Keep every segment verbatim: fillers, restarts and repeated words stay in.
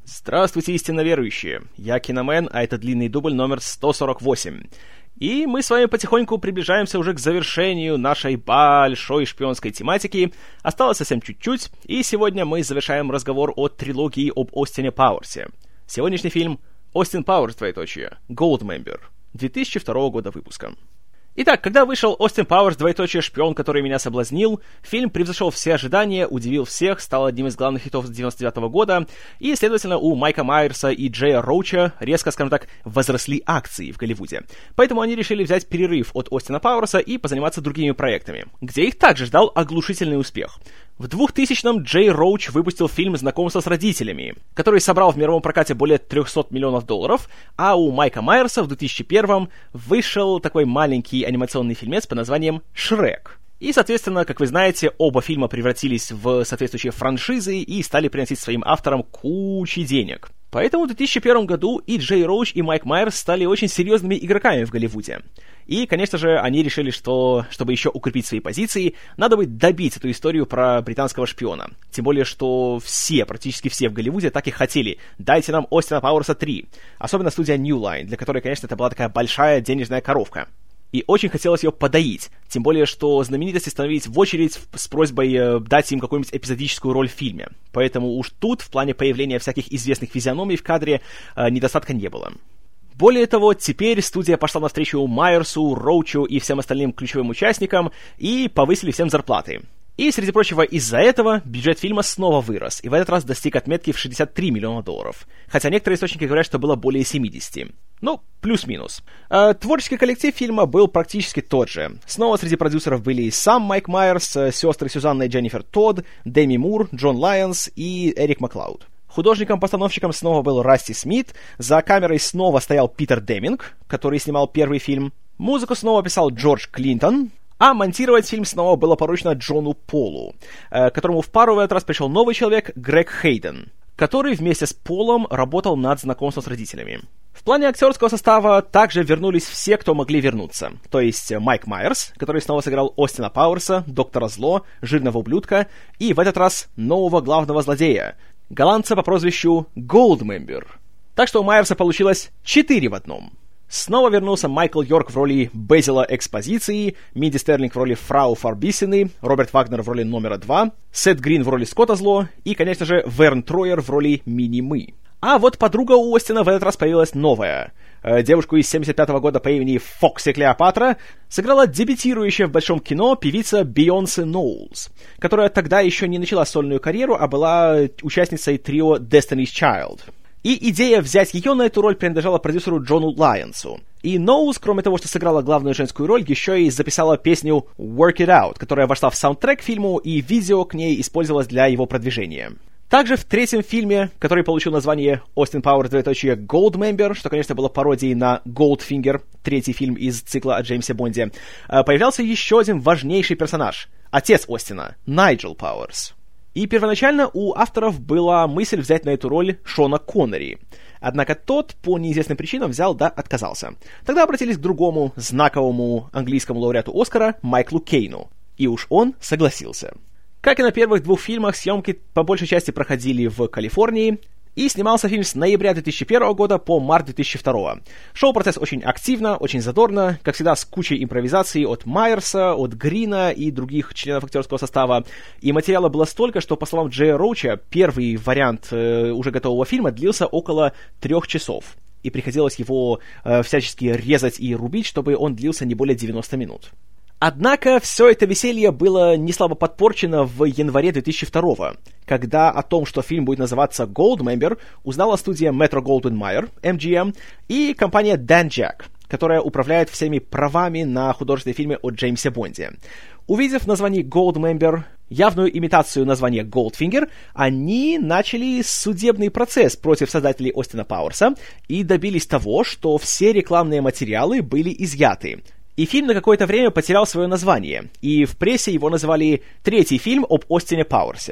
Здравствуйте, истинно верующие! Я Киномен, а это длинный дубль номер сто сорок восемь. И мы с вами потихоньку приближаемся уже к завершению нашей большой шпионской тематики. Осталось совсем чуть-чуть, и сегодня мы завершаем разговор о трилогии об Остине Пауэрсе. Сегодняшний фильм «Остин Пауэрс, двоеточие, Goldmember», две тысячи второго года выпуска. Итак, когда вышел «Остин Пауэрс, двоеточие, шпион, который меня соблазнил», фильм превзошел все ожидания, удивил всех, стал одним из главных хитов девяносто девятого года, и, следовательно, у Майка Майерса и Джея Роуча резко, скажем так, возросли акции в Голливуде. Поэтому они решили взять перерыв от Остина Пауэрса и позаниматься другими проектами, где их также ждал оглушительный успех. В двухтысячном Джей Роуч выпустил фильм «Знакомство с родителями», который собрал в мировом прокате более триста миллионов долларов, а у Майка Майерса в две тысячи первом вышел такой маленький анимационный фильмец под названием «Шрек». И, соответственно, как вы знаете, оба фильма превратились в соответствующие франшизы и стали приносить своим авторам кучу денег. Поэтому в две тысячи первом году и Джей Роуч, и Майк Майерс стали очень серьезными игроками в Голливуде. И, конечно же, они решили, что, чтобы еще укрепить свои позиции, надо будет добить эту историю про британского шпиона. Тем более, что все, практически все в Голливуде так и хотели. Дайте нам Остина Пауэрса три. Особенно студия New Line, для которой, конечно, это была такая большая денежная коровка. И очень хотелось ее подоить, тем более, что знаменитости становились в очередь с просьбой э, дать им какую-нибудь эпизодическую роль в фильме. Поэтому уж тут, в плане появления всяких известных физиономий в кадре, э, недостатка не было. Более того, теперь студия пошла навстречу Майерсу, Роучу и всем остальным ключевым участникам и повысили всем зарплаты. И, среди прочего, из-за этого бюджет фильма снова вырос, и в этот раз достиг отметки в шестьдесят три миллиона долларов. Хотя некоторые источники говорят, что было более семьдесят. Ну, плюс-минус. А, творческий коллектив фильма был практически тот же. Снова среди продюсеров были сам Майк Майерс, сестры Сюзанна и Дженнифер Тодд, Дэми Мур, Джон Лайонс и Эрик Маклауд. Художником-постановщиком снова был Расти Смит, за камерой снова стоял Питер Деминг, который снимал первый фильм. Музыку снова писал Джордж Клинтон, а монтировать фильм снова было поручено Джону Полу, которому в пару в этот раз пришел новый человек Грег Хейден, который вместе с Полом работал над знакомством с родителями. В плане актерского состава также вернулись все, кто могли вернуться. То есть Майк Майерс, который снова сыграл Остина Пауэрса, Доктора Зло, Жирного ублюдка, и в этот раз нового главного злодея, голландца по прозвищу Goldmember. Так что у Майерса получилось четыре в одном. Снова вернулся Майкл Йорк в роли Безила Экспозиции, Минди Стерлинг в роли Фрау Фарбиссены, Роберт Вагнер в роли номера два, Сет Грин в роли Скотта Зло и, конечно же, Верн Троер в роли Мини-Мы. А вот подруга у Остина в этот раз появилась новая. Девушку из семьдесят пятого года по имени Фокси Клеопатра сыграла дебютирующая в большом кино певица Бейонсе Ноулс, которая тогда еще не начала сольную карьеру, а была участницей трио Destiny's Child. И идея взять ее на эту роль принадлежала продюсеру Джону Лайонсу. И Ноулс, кроме того, что сыграла главную женскую роль, еще и записала песню «Work It Out», которая вошла в саундтрек к фильму, и видео к ней использовалось для его продвижения. Также в третьем фильме, который получил название «Остин Пауэрс, двоеточие, Goldmember», что, конечно, было пародией на «Goldfinger», третий фильм из цикла о Джеймсе Бонде, появлялся еще один важнейший персонаж — отец Остина, Найджел Пауэрс. И первоначально у авторов была мысль взять на эту роль Шона Коннери. Однако тот по неизвестным причинам взял да отказался. Тогда обратились к другому знаковому английскому лауреату Оскара Майклу Кейну. И уж он согласился. Как и на первых двух фильмах, съемки по большей части проходили в Калифорнии, и снимался фильм с ноября две тысячи первого года по март две тысячи второго. Шел процесс очень активно, очень задорно, как всегда с кучей импровизаций от Майерса, от Грина и других членов актерского состава. И материала было столько, что, по словам Джея Роуча, первый вариант э, уже готового фильма длился около трех часов. И приходилось его э, всячески резать и рубить, чтобы он длился не более девяноста минут. Однако все это веселье было неслабо подпорчено в январе две тысячи второго, когда о том, что фильм будет называться Goldmember, узнала студия Metro-Goldwyn-Mayer, эм джи эм, и компания Dan Jack, которая управляет всеми правами на художественные фильмы о Джеймсе Бонде. Увидев в названии Goldmember явную имитацию названия Goldfinger, они начали судебный процесс против создателей Остина Пауэрса и добились того, что все рекламные материалы были изъяты. И фильм на какое-то время потерял свое название, и в прессе его называли «Третий фильм об Остине Пауэрсе».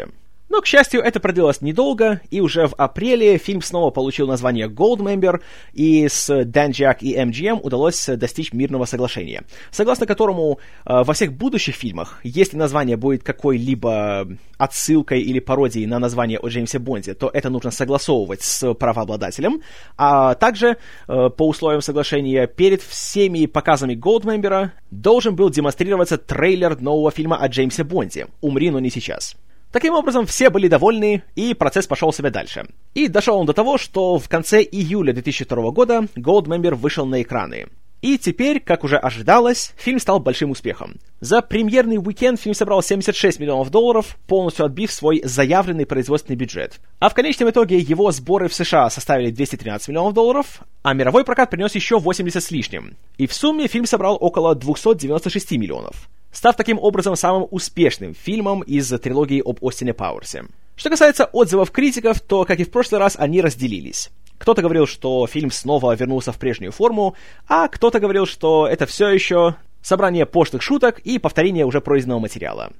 Но, к счастью, это продлилось недолго, и уже в апреле фильм снова получил название Goldmember, и с Danjaq и эм джи эм удалось достичь мирного соглашения, согласно которому э, во всех будущих фильмах, если название будет какой-либо отсылкой или пародией на название о Джеймсе Бонде, то это нужно согласовывать с правообладателем, а также, э, по условиям соглашения, перед всеми показами Goldmember должен был демонстрироваться трейлер нового фильма о Джеймсе Бонде «Умри, но не сейчас». Таким образом, все были довольны, и процесс пошел себе дальше. И дошел он до того, что в конце июля две тысячи второго года Goldmember вышел на экраны. И теперь, как уже ожидалось, фильм стал большим успехом. За премьерный уикенд фильм собрал семьдесят шесть миллионов долларов, полностью отбив свой заявленный производственный бюджет. А в конечном итоге его сборы в США составили двести тринадцать миллионов долларов, а мировой прокат принес еще восемьдесят с лишним. И в сумме фильм собрал около двести девяносто шесть миллионов. Став таким образом самым успешным фильмом из трилогии об Остине Пауэрсе. Что касается отзывов критиков, то, как и в прошлый раз, они разделились. Кто-то говорил, что фильм снова вернулся в прежнюю форму, а кто-то говорил, что это все еще собрание пошлых шуток и повторение уже пройденного материала.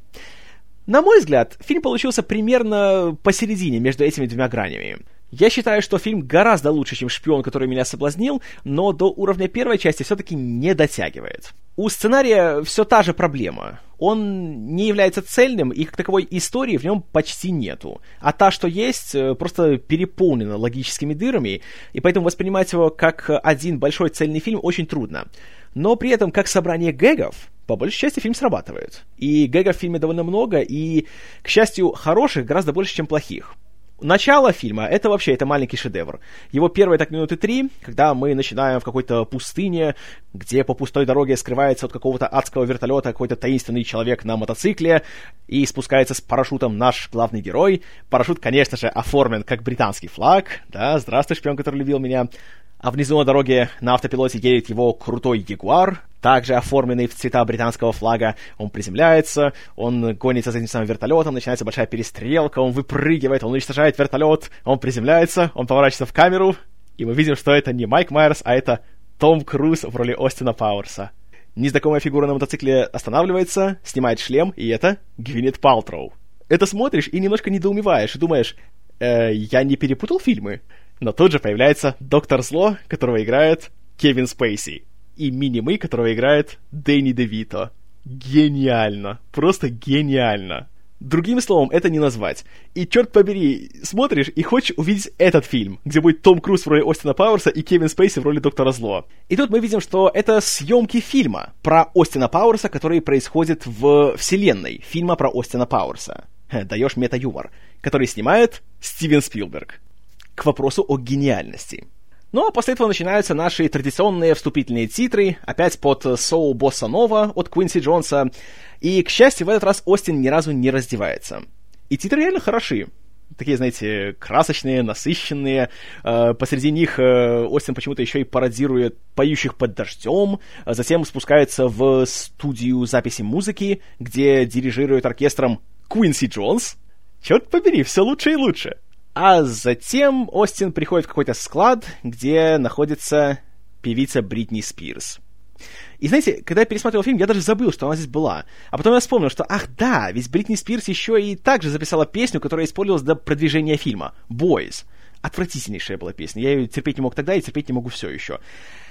На мой взгляд, фильм получился примерно посередине между этими двумя гранями. Я считаю, что фильм гораздо лучше, чем «Шпион, который меня соблазнил», но до уровня первой части все-таки не дотягивает. У сценария все та же проблема. Он не является цельным, и как таковой истории в нем почти нету. А та, что есть, просто переполнена логическими дырами, и поэтому воспринимать его как один большой цельный фильм очень трудно. Но при этом, как собрание гэгов, по большей части фильм срабатывает. И гэгов в фильме довольно много, и, к счастью, хороших гораздо больше, чем плохих. Начало фильма — это вообще это маленький шедевр. Его первые так минуты три, когда мы начинаем в какой-то пустыне, где по пустой дороге скрывается от какого-то адского вертолета какой-то таинственный человек на мотоцикле, и спускается с парашютом наш главный герой. Парашют, конечно же, оформлен как британский флаг. Да, здравствуй, шпион, который любил меня. А внизу на дороге на автопилоте едет его крутой Ягуар, также оформленный в цвета британского флага. Он приземляется, он гонится за этим самым вертолетом, начинается большая перестрелка, он выпрыгивает, он уничтожает вертолет, он приземляется, он поворачивается в камеру, и мы видим, что это не Майк Майерс, а это Том Круз в роли Остина Пауэрса. Незнакомая фигура на мотоцикле останавливается, снимает шлем, и это Гвинет Палтроу. Это смотришь и немножко недоумеваешь, и думаешь, э, я не перепутал фильмы? Но тут же появляется Доктор Зло, которого играет Кевин Спейси, и Мини-Мы, которого играет Дэнни Девито. Гениально. Просто гениально. Другим словом, это не назвать. И, черт побери, смотришь и хочешь увидеть этот фильм, где будет Том Круз в роли Остина Пауэрса и Кевин Спейси в роли Доктора Зло. И тут мы видим, что это съемки фильма про Остина Пауэрса, который происходит в вселенной фильма про Остина Пауэрса. Даешь мета-юмор. Который снимает Стивен Спилберг. К вопросу о гениальности. Ну а после этого начинаются наши традиционные вступительные титры, опять под «Soul Bossa Nova» от Квинси Джонса, и, к счастью, в этот раз Остин ни разу не раздевается. И титры реально хороши. Такие, знаете, красочные, насыщенные. Э, посреди них э, Остин почему-то еще и пародирует поющих под дождем, а затем спускается в студию записи музыки, где дирижирует оркестром Квинси Джонс. Черт побери, все лучше и лучше. А затем Остин приходит в какой-то склад, где находится певица Бритни Спирс. И знаете, когда я пересматривал фильм, я даже забыл, что она здесь была. А потом я вспомнил, что, ах да, ведь Бритни Спирс еще и также записала песню, которая использовалась для продвижения фильма. «Boys». Отвратительнейшая была песня. Я ее терпеть не мог тогда и терпеть не могу все еще.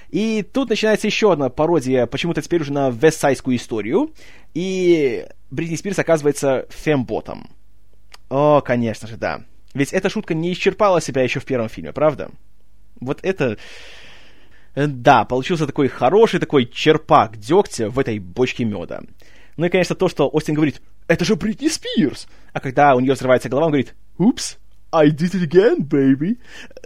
И тут начинается еще одна пародия, почему-то теперь уже на вестсайдскую историю. И Бритни Спирс оказывается фемботом. О, конечно же, да. Ведь эта шутка не исчерпала себя еще в первом фильме, правда? Вот это... Да, получился такой хороший такой черпак дегтя в этой бочке меда. Ну и, конечно, то, что Остин говорит, это же Бритни Спирс! А когда у нее взрывается голова, он говорит, «Oops, I did it again, baby!»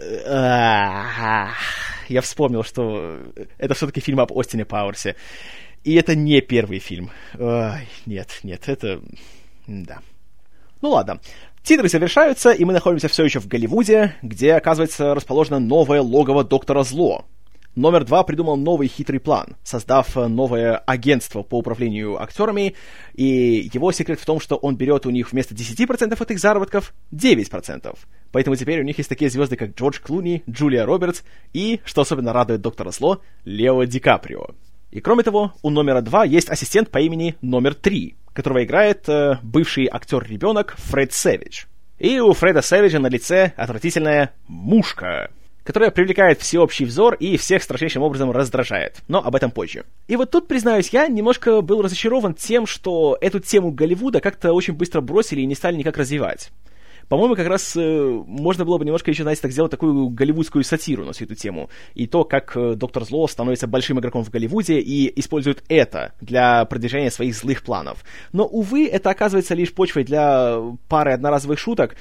Я вспомнил, что это все-таки фильм об Остине Пауэрсе. И это не первый фильм. Ой, нет, нет, это... Да. Ну ладно. Титры завершаются, и мы находимся все еще в Голливуде, где, оказывается, расположено новое логово Доктора Зло. Номер два придумал новый хитрый план, создав новое агентство по управлению актерами, и его секрет в том, что он берет у них вместо десять процентов от их заработков девять процентов. Поэтому теперь у них есть такие звезды, как Джордж Клуни, Джулия Робертс и, что особенно радует Доктора Зло, Лео Ди Каприо. И кроме того, у номера два есть ассистент по имени номер три, которого играет э, бывший актер-ребенок Фред Сэвидж. И у Фреда Сэвиджа на лице отвратительная мушка, которая привлекает всеобщий взор и всех страшнейшим образом раздражает. Но об этом позже. И вот тут, признаюсь, я немножко был разочарован тем, что эту тему Голливуда как-то очень быстро бросили и не стали никак развивать. По-моему, как раз э, можно было бы немножко еще, знаете, так сделать такую голливудскую сатиру на всю эту тему. И то, как э, Доктор Зло становится большим игроком в Голливуде и использует это для продвижения своих злых планов. Но, увы, это оказывается лишь почвой для пары одноразовых шуток.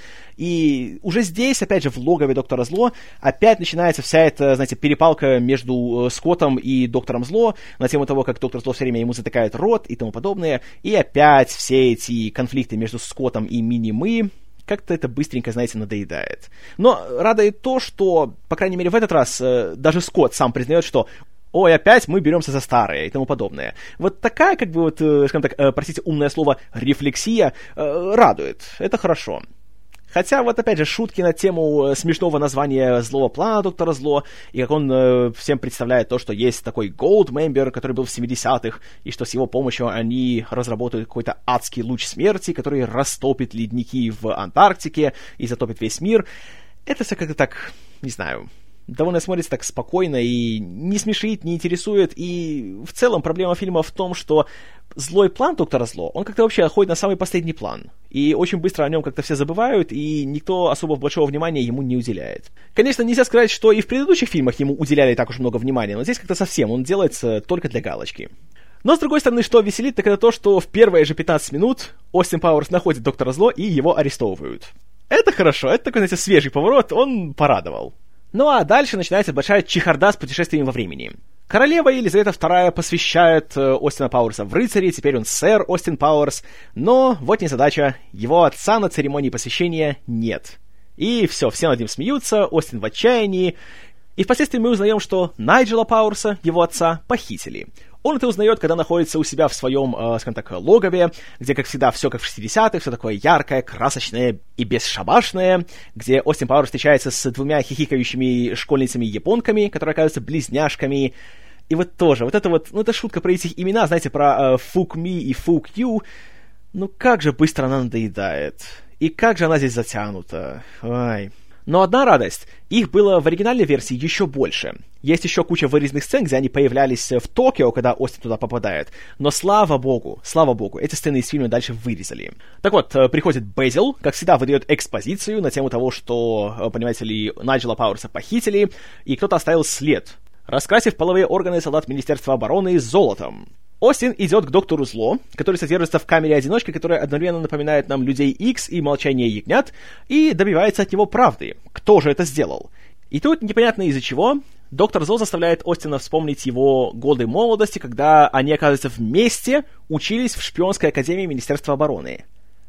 И уже здесь, опять же, в логове Доктора Зло, опять начинается вся эта, знаете, перепалка между Скоттом и Доктором Зло на тему того, как Доктор Зло все время ему затыкает рот и тому подобное. И опять все эти конфликты между Скоттом и Мини-Мы. Как-то это быстренько, знаете, надоедает. Но радует то, что, по крайней мере, в этот раз э, даже Скотт сам признает, что «Ой, опять мы беремся за старое» и тому подобное. Вот такая, как бы, вот, э, скажем так, э, простите, умное слово «рефлексия» э, радует. Это хорошо. Хотя, вот опять же, шутки на тему смешного названия злого плана Доктора Зло, и как он э, всем представляет то, что есть такой Goldmember, который был в семидесятых, и что с его помощью они разработают какой-то адский луч смерти, который растопит ледники в Антарктике и затопит весь мир. Это все как-то так, не знаю, довольно смотрится так спокойно и не смешит, не интересует. И в целом проблема фильма в том, что злой план Доктора Зло, он как-то вообще отходит на самый последний план. И очень быстро о нем как-то все забывают, и никто особо большого внимания ему не уделяет. Конечно, нельзя сказать, что и в предыдущих фильмах ему уделяли так уж много внимания, но здесь как-то совсем он делается только для галочки. Но, с другой стороны, что веселит, так это то, что в первые же пятнадцать минут Остин Пауэрс находит Доктора Зло, и его арестовывают. Это хорошо, это такой, знаете, свежий поворот, он порадовал. Ну а дальше начинается большая чехарда с путешествием во времени. Королева Елизавета вторая посвящает э, Остина Пауэрса в рыцари, теперь он сэр Остин Пауэрс, но вот незадача, его отца на церемонии посвящения нет. И все, все над ним смеются, Остин в отчаянии, и впоследствии мы узнаем, что Найджела Пауэрса, его отца, похитили. Он это узнает, когда находится у себя в своем, э, скажем так, логове, где, как всегда, все как в шестидесятых, все такое яркое, красочное и бесшабашное, где Остин Пауэрс встречается с двумя хихикающими школьницами-японками, которые оказываются близняшками. И вот тоже, вот это вот, ну, это шутка про эти имена, знаете, про э, «fuck me» и «fuck you». Ну, как же быстро она надоедает. И как же она здесь затянута. Ай... Но одна радость, их было в оригинальной версии еще больше. Есть еще куча вырезанных сцен, где они появлялись в Токио, когда Остин туда попадает. Но слава богу, слава богу, эти сцены из фильма дальше вырезали. Так вот, приходит Безил, как всегда выдает экспозицию на тему того, что, понимаете ли, Найджела Пауэрса похитили, и кто-то оставил след, раскрасив половые органы солдат Министерства обороны золотом. Остин идет к Доктору Зло, который содержится в камере-одиночке, которая одновременно напоминает нам Людей Икс и Молчание ягнят, и добивается от него правды. Кто же это сделал? И тут, непонятно из-за чего, Доктор Зло заставляет Остина вспомнить его годы молодости, когда они, оказывается, вместе учились в шпионской академии Министерства обороны.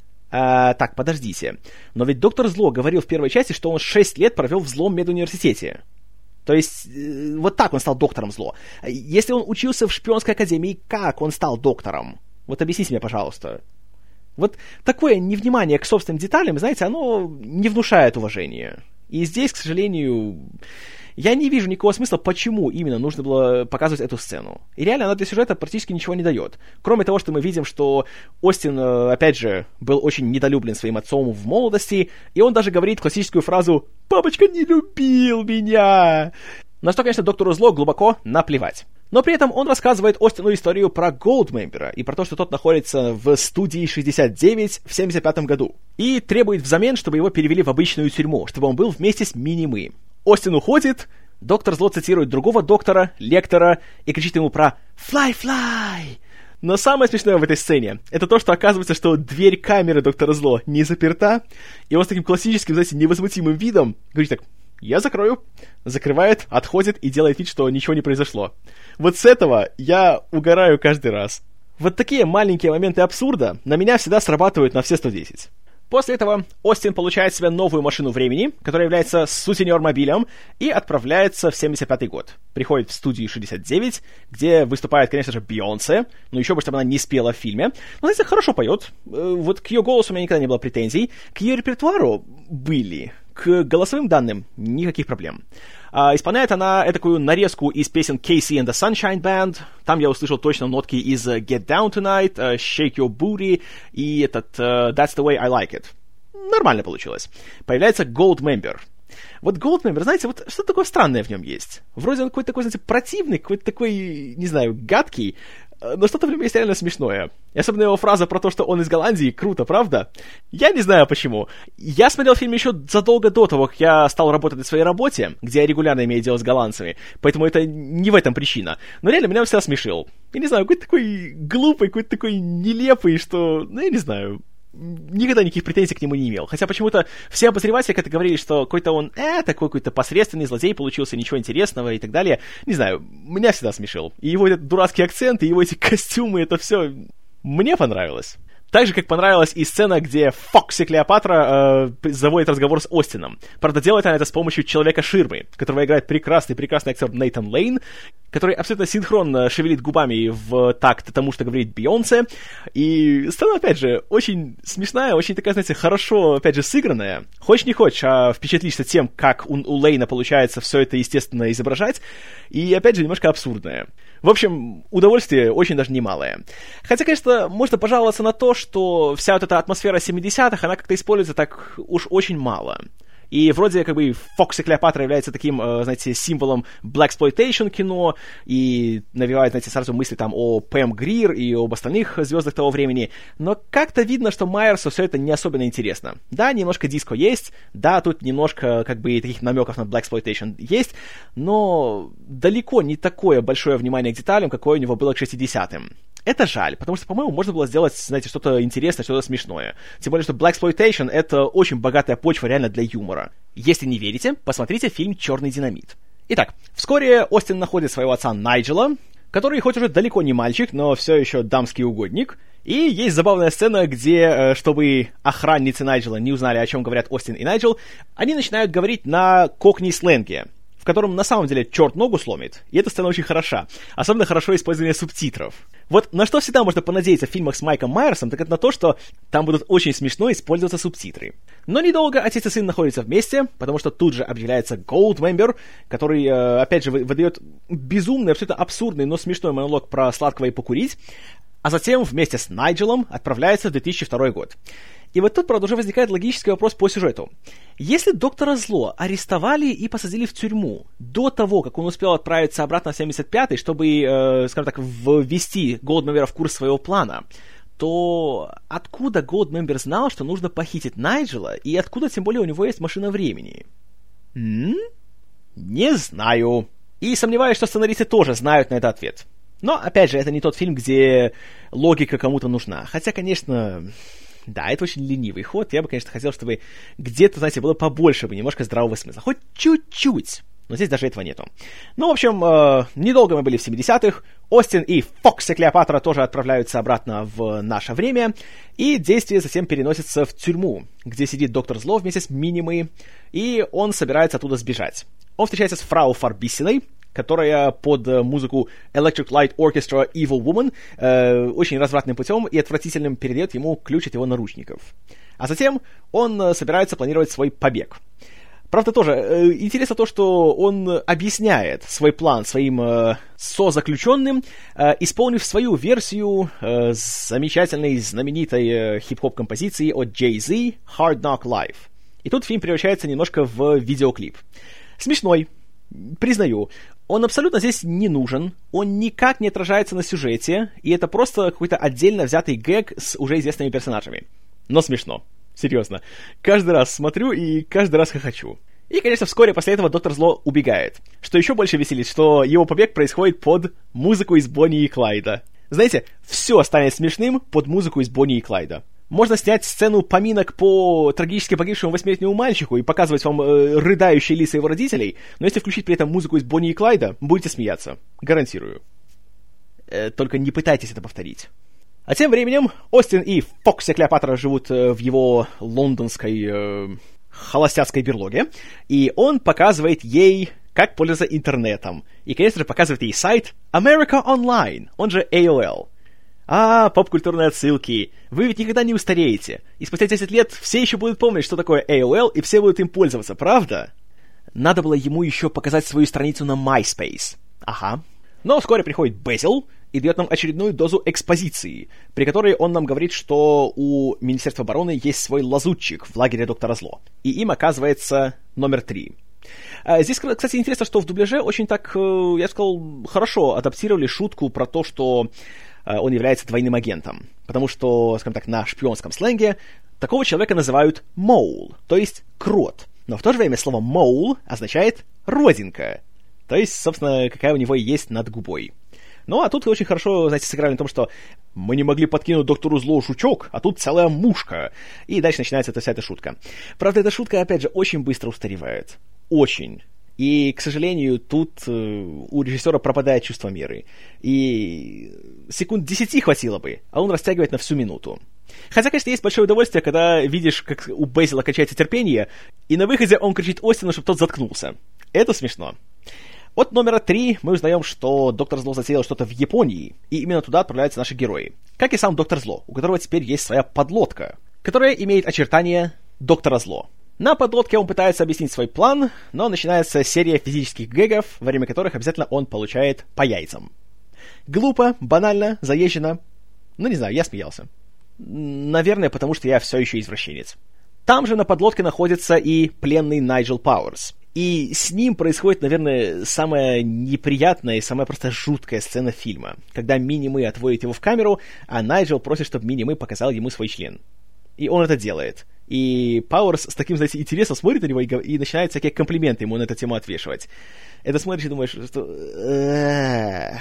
А, так, подождите. Но ведь Доктор Зло говорил в первой части, что он шесть лет провел в злом медуниверситете. То есть, э, вот так он стал доктором Зло. Если он учился в шпионской академии, как он стал доктором? Вот объясните мне, пожалуйста. Вот такое невнимание к собственным деталям, знаете, оно не внушает уважения. И здесь, к сожалению, я не вижу никакого смысла, почему именно нужно было показывать эту сцену. И реально она для сюжета практически ничего не дает. Кроме того, что мы видим, что Остин, опять же, был очень недолюблен своим отцом в молодости, и он даже говорит классическую фразу «Папочка не любил меня!». На что, конечно, Доктору Зло глубоко наплевать. Но при этом он рассказывает Остину историю про Goldmember и про то, что тот находится в студии шестьдесят девять в семьдесят пятом году. И требует взамен, чтобы его перевели в обычную тюрьму, чтобы он был вместе с Мини-Мы. Остин уходит, Доктор Зло цитирует другого доктора, лектора, и кричит ему про «Fly, fly!». Но самое смешное в этой сцене — это то, что оказывается, что дверь камеры Доктора Зло не заперта, и он с таким классическим, знаете, невозмутимым видом говорит так «Я закрою». Закрывает, отходит и делает вид, что ничего не произошло. Вот с этого я угораю каждый раз. Вот такие маленькие моменты абсурда на меня всегда срабатывают на все сто десять. После этого Остин получает себе новую машину времени, которая является сутенер-мобилем, и отправляется в семьдесят пятый год. Приходит в студию шестьдесят девять, где выступает, конечно же, Бейонсе, но еще бы, чтобы она не спела в фильме. Но, знаете, хорошо поет. Вот к ее голосу у меня никогда не было претензий. К ее репертуару были. К голосовым данным никаких проблем. А, исполняет она такую нарезку из песен Casey and the Sunshine Band. Там я услышал точно нотки из Get Down Tonight, uh, Shake Your Booty и этот uh, That's the Way I Like It. нормально получилось. Появляется Goldmember. Вот Goldmember, знаете, вот что такое странное в нем есть? Вроде он какой-то такой, знаете, противный, какой-то такой, не знаю, гадкий, но что-то в нем есть реально смешное. И особенно его фраза про то, что он из Голландии, круто, правда? Я не знаю почему. Я смотрел фильм еще задолго до того, как я стал работать на своей работе, где я регулярно имею дело с голландцами, поэтому это не в этом причина. Но реально меня он всегда смешил. Я не знаю, какой-то такой глупый, какой-то такой нелепый, что... Ну, я не знаю... Никогда никаких претензий к нему не имел. Хотя почему-то все обозреватели как-то говорили, что какой-то он, э, такой какой-то посредственный злодей получился, ничего интересного и так далее. Не знаю, меня всегда смешил. И его этот дурацкий акцент, и его эти костюмы, это все мне понравилось. Так же, как понравилась и сцена, где Фокси Клеопатра э, заводит разговор с Остином. Правда, делает она это с помощью Человека-ширмы, которого играет прекрасный-прекрасный актер Нейтан Лейн, который абсолютно синхронно шевелит губами в такт тому, что говорит Бейонсе. И сцена, опять же, очень смешная, очень такая, знаете, хорошо, опять же, сыгранная. Хочешь не хочешь, а впечатлишься тем, как у, у Лейна получается все это, естественно, изображать. И, опять же, немножко абсурдное. В общем, удовольствие очень даже немалое. Хотя, конечно, можно пожаловаться на то, что вся вот эта атмосфера семидесятых, она как-то используется так уж очень мало. И вроде как бы Фокси Клеопатра является таким, знаете, символом blaxploitation кино, и навевает, знаете, сразу мысли там о Пэм Грир и об остальных звездах того времени, но как-то видно, что Майерсу все это не особенно интересно. Да, немножко диско есть, да, тут немножко как бы таких намеков на blaxploitation есть, но далеко не такое большое внимание к деталям, какое у него было к шестидесятым. Это жаль, потому что, по-моему, можно было сделать, знаете, что-то интересное, что-то смешное. Тем более, что blaxploitation — это очень богатая почва реально для юмора. Если не верите, посмотрите фильм «Черный динамит». Итак, вскоре Остин находит своего отца Найджела, который хоть уже далеко не мальчик, но все еще дамский угодник. И есть забавная сцена, где, чтобы охранницы Найджела не узнали, о чем говорят Остин и Найджел, они начинают говорить на кокни-сленге, в котором на самом деле черт ногу сломит, и эта сцена очень хороша. Особенно хорошо использование субтитров. Вот на что всегда можно понадеяться в фильмах с Майком Майерсом, так это на то, что там будут очень смешно использоваться субтитры. Но недолго отец и сын находятся вместе, потому что тут же объявляется Goldmember, который, опять же, выдает безумный, абсолютно абсурдный, но смешной монолог про сладкого и покурить, а затем вместе с Найджелом отправляется в две тысячи второй год. И вот тут, правда, уже возникает логический вопрос по сюжету. Если доктора Зло арестовали и посадили в тюрьму до того, как он успел отправиться обратно в семьдесят пятый, чтобы, э, скажем так, ввести Голдмембера в курс своего плана, то откуда Голдмембер знал, что нужно похитить Найджела, и откуда, тем более, у него есть машина времени? М? Не знаю. И сомневаюсь, что сценаристы тоже знают на этот ответ. Но, опять же, это не тот фильм, где логика кому-то нужна. Хотя, конечно... Да, это очень ленивый ход. Я бы, конечно, хотел, чтобы где-то, знаете, было побольше бы немножко здравого смысла. Хоть чуть-чуть. Но здесь даже этого нету. Ну, в общем, э, недолго мы были в семидесятых. Остин и Фокси Клеопатра тоже отправляются обратно в наше время. И действие затем переносится в тюрьму, где сидит доктор Зло вместе с Минимой. И он собирается оттуда сбежать. Он встречается с фрау Фарбиссиной, которая под музыку Electric Light Orchestra Evil Woman э, очень развратным путем и отвратительным передает ему ключ от его наручников. А затем он собирается планировать свой побег. Правда, тоже э, интересно то, что он объясняет свой план своим э, созаключенным, э, исполнив свою версию э, замечательной, знаменитой э, хип-хоп композиции от Jay-Z Hard Knock Life. И тут фильм превращается немножко в видеоклип. Смешной, признаю. Он абсолютно здесь не нужен, он никак не отражается на сюжете, и это просто какой-то отдельно взятый гэг с уже известными персонажами. Но смешно. Серьезно. Каждый раз смотрю и каждый раз хохочу. И, конечно, вскоре после этого доктор Зло убегает. Что еще больше веселит, что его побег происходит под музыку из Бонни и Клайда. Знаете, все станет смешным под музыку из Бонни и Клайда. Можно снять сцену поминок по трагически погибшему восьмилетнему мальчику и показывать вам э, рыдающие лица его родителей, но если включить при этом музыку из Бонни и Клайда, будете смеяться. Гарантирую. Э, только не пытайтесь это повторить. А тем временем Остин и Фокси Клеопатра живут э, в его лондонской э, холостяцкой берлоге, и он показывает ей, как пользоваться интернетом. И, конечно же, показывает ей сайт America Online, он же эй о эл. А, поп-культурные отсылки. Вы ведь никогда не устареете. И спустя десять лет все еще будут помнить, что такое эй о эл, и все будут им пользоваться, правда? Надо было ему еще показать свою страницу на MySpace. Ага. Но вскоре приходит Безил, и дает нам очередную дозу экспозиции, при которой он нам говорит, что у Министерства обороны есть свой лазутчик в лагере доктора Зло, и им оказывается номер три. Здесь, кстати, интересно, что в дубляже очень так, я сказал, хорошо адаптировали шутку про то, что он является двойным агентом, потому что, скажем так, на шпионском сленге такого человека называют mole, то есть крот, но в то же время слово mole означает родинка, то есть, собственно, какая у него есть над губой. Ну, а тут очень хорошо, знаете, сыграли на том, что мы не могли подкинуть доктору Зло жучок, а тут целая мушка. И дальше начинается эта вся эта шутка. Правда, эта шутка, опять же, очень быстро устаревает. Очень. И, к сожалению, тут э, у режиссера пропадает чувство меры. И секунд десяти хватило бы, а он растягивает на всю минуту. Хотя, конечно, есть большое удовольствие, когда видишь, как у Бейзила качается терпение, и на выходе он кричит Остину, чтобы тот заткнулся. Это смешно. От номера три мы узнаем, что Доктор Зло затеял что-то в Японии, и именно туда отправляются наши герои. Как и сам Доктор Зло, у которого теперь есть своя подлодка, которая имеет очертания Доктора Зло. На подлодке он пытается объяснить свой план, но начинается серия физических гэгов, во время которых обязательно он получает по яйцам. Глупо, банально, заезжено. Ну, не знаю, я смеялся. Наверное, потому что я все еще извращенец. Там же на подлодке находится и пленный Найджел Пауэрс. И с ним происходит, наверное, самая неприятная и самая просто жуткая сцена фильма, когда Мини-Мы отводит его в камеру, а Найджел просит, чтобы Мини-Мы показал ему свой член. И он это делает. И Пауэрс с таким, знаете, интересом смотрит на него и, и начинает всякие комплименты ему на эту тему отвешивать. Это смотришь и думаешь, что...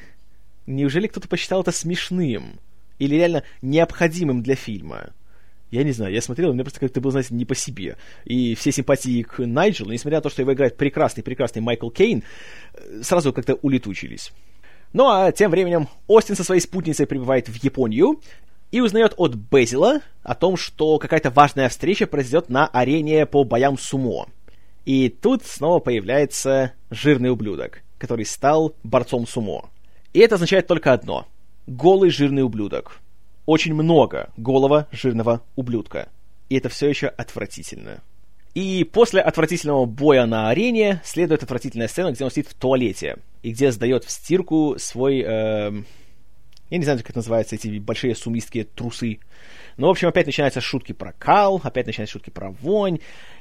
Неужели кто-то посчитал это смешным? Или реально необходимым для фильма? Я не знаю, я смотрел, и мне просто как-то было, знаете, не по себе. И все симпатии к Найджелу, несмотря на то, что его играет прекрасный-прекрасный Майкл Кейн, сразу как-то улетучились. Ну а тем временем Остин со своей спутницей прибывает в Японию и узнает от Бейзила о том, что какая-то важная встреча произойдет на арене по боям сумо. И тут снова появляется жирный ублюдок, который стал борцом сумо. И это означает только одно. Голый жирный ублюдок. Очень много голого жирного ублюдка. И это все еще отвратительно. И после отвратительного боя на арене следует отвратительная сцена, где он сидит в туалете. И где сдает в стирку свой... Э, я не знаю, как это называется, эти большие сумистские трусы. Но, в общем, опять начинаются шутки про кал, опять начинаются шутки про вонь.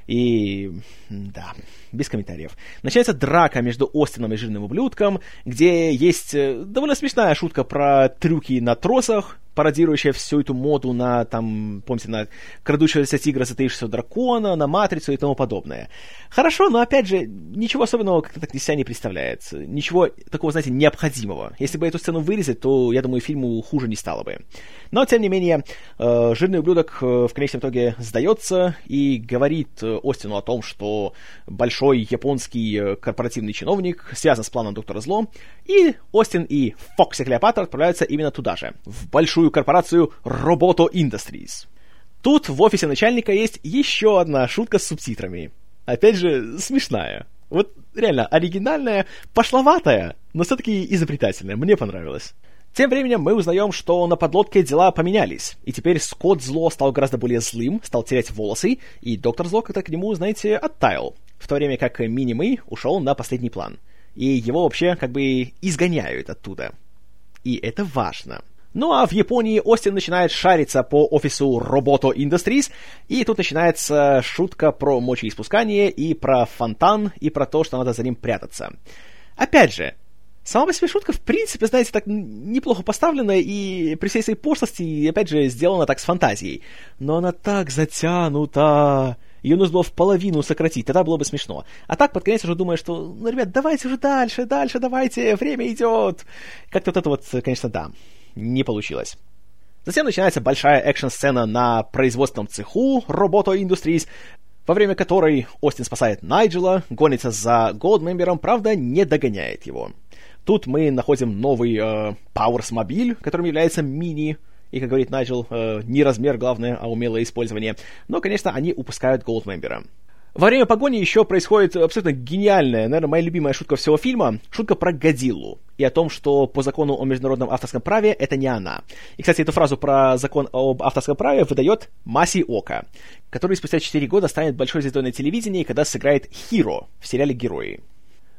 И... да, без комментариев. Начинается драка между Остином и жирным ублюдком, где есть довольно смешная шутка про трюки на тросах, пародирующая всю эту моду на, там, помните, на крадущегося тигра, затаившегося дракона, на матрицу и тому подобное. Хорошо, но, опять же, ничего особенного как-то так из себя не представляет. Ничего такого, знаете, необходимого. Если бы эту сцену вырезать, то, я думаю, фильму хуже не стало бы. Но, тем не менее, э, жирный ублюдок э, в конечном итоге сдается и говорит Остину о том, что большой японский корпоративный чиновник связан с планом Доктора Зло, и Остин и Фокс и Клеопатра отправляются именно туда же, в большую корпорацию Roboto Industries. Тут в офисе начальника есть еще одна шутка с субтитрами. Опять же, смешная. Вот реально оригинальная, пошловатая, но все-таки изобретательная. Мне понравилось. Тем временем мы узнаем, что на подлодке дела поменялись, и теперь Скотт Зло стал гораздо более злым, стал терять волосы, и Доктор Зло как-то к нему, знаете, оттаял, в то время как Мини-Мы ушел на последний план. И его вообще как бы изгоняют оттуда. И это важно. Ну а в Японии Остин начинает шариться по офису Roboto Industries, и тут начинается шутка про мочеиспускание, и про фонтан, и про то, что надо за ним прятаться. Опять же, сама по себе шутка, в принципе, знаете, так неплохо поставлена, и при всей своей пошлости, опять же, сделана так с фантазией. Но она так затянута. Ее нужно было в половину сократить, тогда было бы смешно. А так, под конец уже думаю, что, ну, ребят, давайте уже дальше, дальше, давайте, время идет. Как-то вот это вот, конечно, да, не получилось. Затем начинается большая экшн-сцена на производственном цеху Roboto Industries, во время которой Остин спасает Найджела, гонится за Голдмембером, правда, не догоняет его. Тут мы находим новый э, Пауэрс-мобиль, которым является Мини, и, как говорит Найджел, э, не размер главное, а умелое использование. Но, конечно, они упускают Голдмембера. Во время погони еще происходит абсолютно гениальная, наверное, моя любимая шутка всего фильма, шутка про Годзиллу, и о том, что по закону о международном авторском праве это не она. И, кстати, эту фразу про закон об авторском праве выдает Маси Ока, который спустя четыре года станет большой звездой на телевидении, когда сыграет Хиро в сериале «Герои».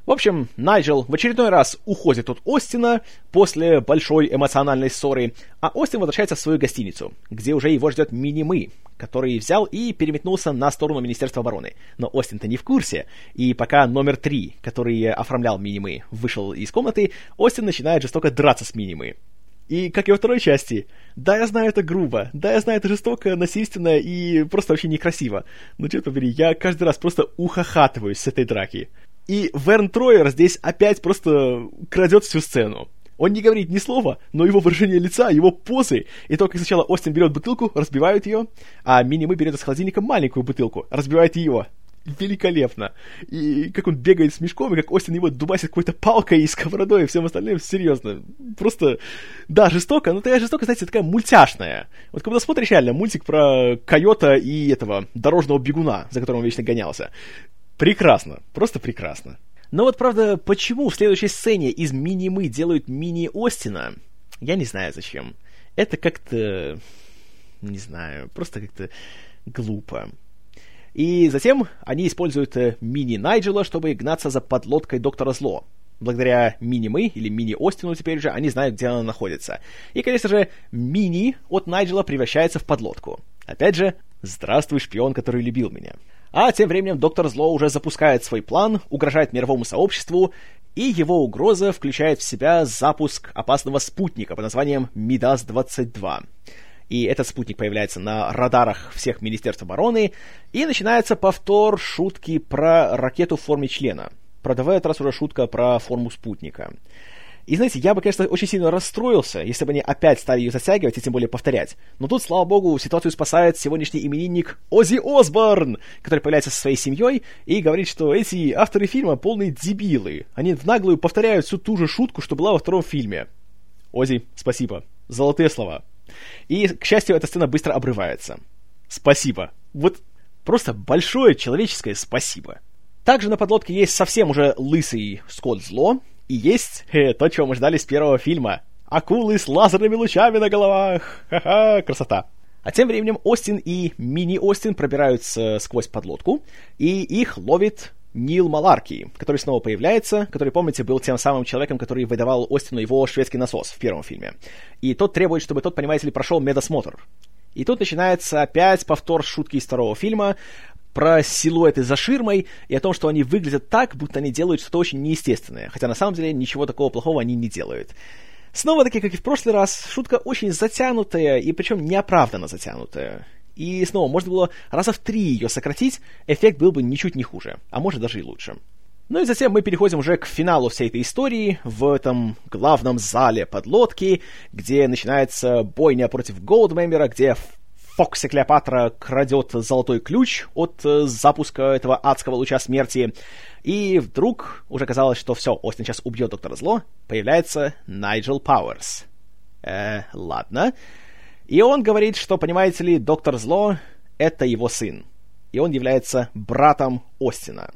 В общем, Найджел в очередной раз уходит от Остина после большой эмоциональной ссоры, а Остин возвращается в свою гостиницу, где уже его ждет Мини-Мы, который взял и переметнулся на сторону Министерства обороны. Но Остин-то не в курсе, и пока номер три, который оформлял Мини-Мы, вышел из комнаты, Остин начинает жестоко драться с Мини-Мы. И как и во второй части, да, я знаю, это грубо, да, я знаю, это жестоко, насильственно и просто вообще некрасиво, но, черт побери, я каждый раз просто ухахатываюсь с этой драки. И Верн Троер здесь опять просто крадет всю сцену. Он не говорит ни слова, но его выражение лица, его позы, и то, как сначала Остин берет бутылку, разбивает ее, а Мини-Мы берет из холодильника маленькую бутылку, разбивает ее. Великолепно. И как он бегает с мешком, и как Остин его дубасит какой-то палкой и сковородой, и всем остальным, серьезно. Просто, да, жестоко, но такая жестокая, знаете, такая мультяшная. Вот когда смотришь реально мультик про койота и этого дорожного бегуна, за которым он вечно гонялся. Прекрасно, просто прекрасно. Но вот, правда, почему в следующей сцене из Мини-Мы делают мини-Остина, я не знаю зачем. Это как-то, не знаю, просто как-то глупо. И затем они используют мини-Найджела, чтобы гнаться за подлодкой Доктора Зло. Благодаря Мини-Мы, или Мини-Остину теперь же, они знают, где она находится. И, конечно же, Мини от Найджела превращается в подлодку. Опять же, здравствуй, шпион, который любил меня. А тем временем Доктор Зло уже запускает свой план, угрожает мировому сообществу, и его угроза включает в себя запуск опасного спутника под названием Мидас двадцать два. И этот спутник появляется на радарах всех Министерств обороны, и начинается повтор шутки про ракету в форме члена. Правда, в этот раз уже шутка про форму спутника. И, знаете, я бы, конечно, очень сильно расстроился, если бы они опять стали ее затягивать и тем более повторять. Но тут, слава богу, ситуацию спасает сегодняшний именинник Оззи Осборн, который появляется со своей семьей и говорит, что эти авторы фильма полные дебилы. Они в наглую повторяют всю ту же шутку, что была во втором фильме. Оззи, спасибо. Золотые слова. И, к счастью, эта сцена быстро обрывается. Спасибо. Вот просто большое человеческое спасибо. Также на подлодке есть совсем уже лысый Скотт Зло, и есть э, то, чего мы ждали с первого фильма. Акулы с лазерными лучами на головах. Ха-ха, красота. А тем временем Остин и Мини-Остин пробираются сквозь подлодку, и их ловит Нил Маларки, который снова появляется, который, помните, был тем самым человеком, который выдавал Остину его шведский насос в первом фильме. И тот требует, чтобы тот, понимаете ли, прошел медосмотр. И тут начинается опять повтор шутки из второго фильма про силуэты за ширмой и о том, что они выглядят так, будто они делают что-то очень неестественное, хотя на самом деле ничего такого плохого они не делают. Снова-таки, как и в прошлый раз, шутка очень затянутая, и причем неоправданно затянутая. И снова, можно было раза в три ее сократить, эффект был бы ничуть не хуже, а может даже и лучше. Ну и затем мы переходим уже к финалу всей этой истории, в этом главном зале подлодки, где начинается бойня против Голдмембера, где Фокс и Клеопатра крадет золотой ключ от э, запуска этого адского луча смерти. И вдруг уже казалось, что все, Остин сейчас убьет Доктора Зло, появляется Найджел Пауэрс. Э, ладно. И он говорит, что, понимаете ли, Доктор Зло — это его сын. И он является братом Остина.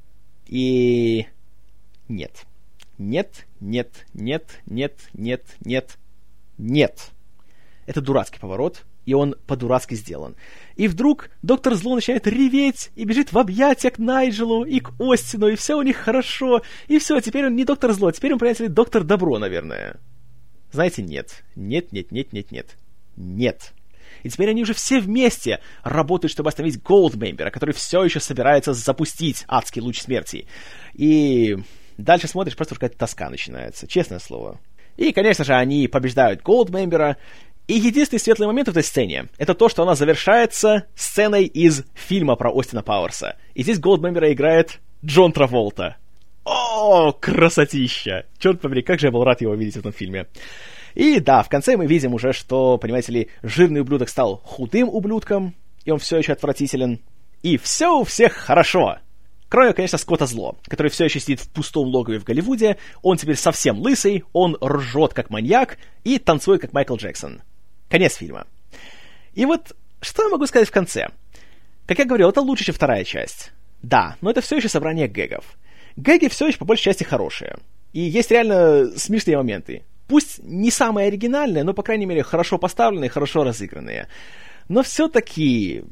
И... Нет. Нет, нет, нет, нет, нет, нет, нет. Это дурацкий поворот, и он по-дурацки сделан. И вдруг Доктор Зло начинает реветь и бежит в объятия к Найджелу и к Остину, и все у них хорошо. И все, теперь он не Доктор Зло, теперь он, понимаете ли, Доктор Добро, наверное. Знаете, нет. Нет, нет, нет, нет, нет. Нет. И теперь они уже все вместе работают, чтобы остановить Голдмембера, который все еще собирается запустить адский луч смерти. И дальше смотришь, просто какая-то тоска начинается, честное слово. И, конечно же, они побеждают Голдмембера. И единственный светлый момент в этой сцене — это то, что она завершается сценой из фильма про Остина Пауэрса. И здесь Голдмембера играет Джон Траволта. О, красотища! Черт побери, как же я был рад его видеть в этом фильме. И да, в конце мы видим уже, что, понимаете ли, жирный ублюдок стал худым ублюдком, и он все еще отвратителен. И все у всех хорошо. Кроме, конечно, Скотта Зло, который все еще сидит в пустом логове в Голливуде, он теперь совсем лысый, он ржет как маньяк и танцует как Майкл Джексон. Конец фильма. И вот, что я могу сказать в конце? Как я говорил, это лучше, чем вторая часть. Да, но это все еще собрание гэгов. Гэги все еще по большей части хорошие. И есть реально смешные моменты. Пусть не самые оригинальные, но, по крайней мере, хорошо поставленные, хорошо разыгранные. Но все-таки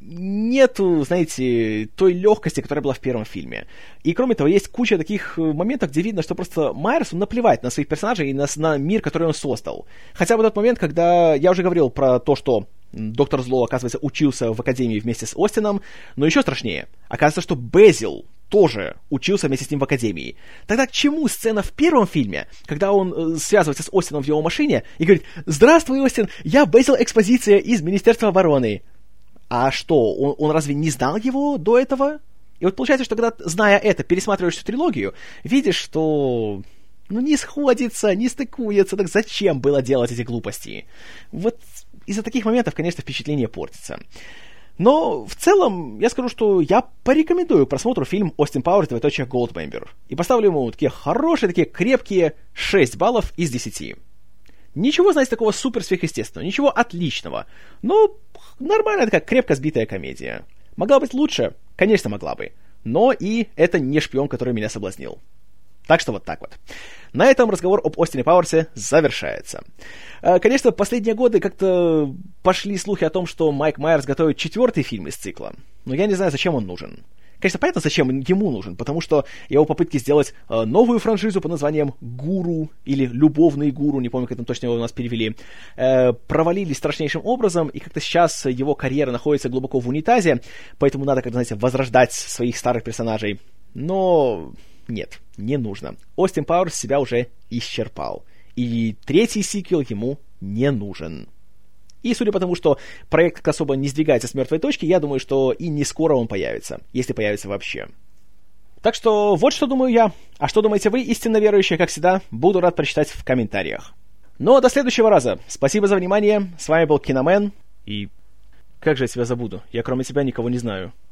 нету, знаете, той легкости, которая была в первом фильме. И кроме того, есть куча таких моментов, где видно, что просто Майерсу наплевать на своих персонажей и на, на мир, который он создал. Хотя бы тот момент, когда я уже говорил про то, что доктор Зло, оказывается, учился в академии вместе с Остином, но еще страшнее. Оказывается, что Безил тоже учился вместе с ним в академии. Тогда к чему сцена в первом фильме, когда он э, связывается с Остином в его машине и говорит: «Здравствуй, Остин, я Безил Экспозиция из Министерства обороны». А что, он, он разве не знал его до этого? И вот получается, что когда, зная это, пересматриваешь всю трилогию, видишь, что ну не сходится, не стыкуется, так зачем было делать эти глупости? Вот из-за таких моментов, конечно, впечатление портится. Но в целом я скажу, что я порекомендую к просмотру фильм «Остин Пауэрс. Голдмембер». И поставлю ему такие хорошие, такие крепкие шесть баллов из десяти. Ничего, знаете, такого супер сверхъестественного, ничего отличного. Но нормальная такая крепко сбитая комедия. Могла быть лучше? Конечно, могла бы. Но и это не шпион, который меня соблазнил. Так что вот так вот. На этом разговор об Остине Пауэрсе завершается. Конечно, последние годы как-то пошли слухи о том, что Майк Майерс готовит четвертый фильм из цикла. Но я не знаю, зачем он нужен. Конечно, понятно, зачем ему нужен, потому что его попытки сделать э, новую франшизу под названием «Гуру» или «Любовный гуру», не помню, как там точно его у нас перевели, э, провалились страшнейшим образом, и как-то сейчас его карьера находится глубоко в унитазе, поэтому надо, как-то, знаете, возрождать своих старых персонажей. Но нет, не нужно. Остин Пауэрс себя уже исчерпал, и третий сиквел ему не нужен. И судя по тому, что проект особо не сдвигается с мертвой точки, я думаю, что и не скоро он появится, если появится вообще. Так что вот что думаю я. А что думаете вы, истинно верующие, как всегда, буду рад прочитать в комментариях. Ну а до следующего раза. Спасибо за внимание. С вами был Киномен. И как же я тебя забуду? Я кроме тебя никого не знаю.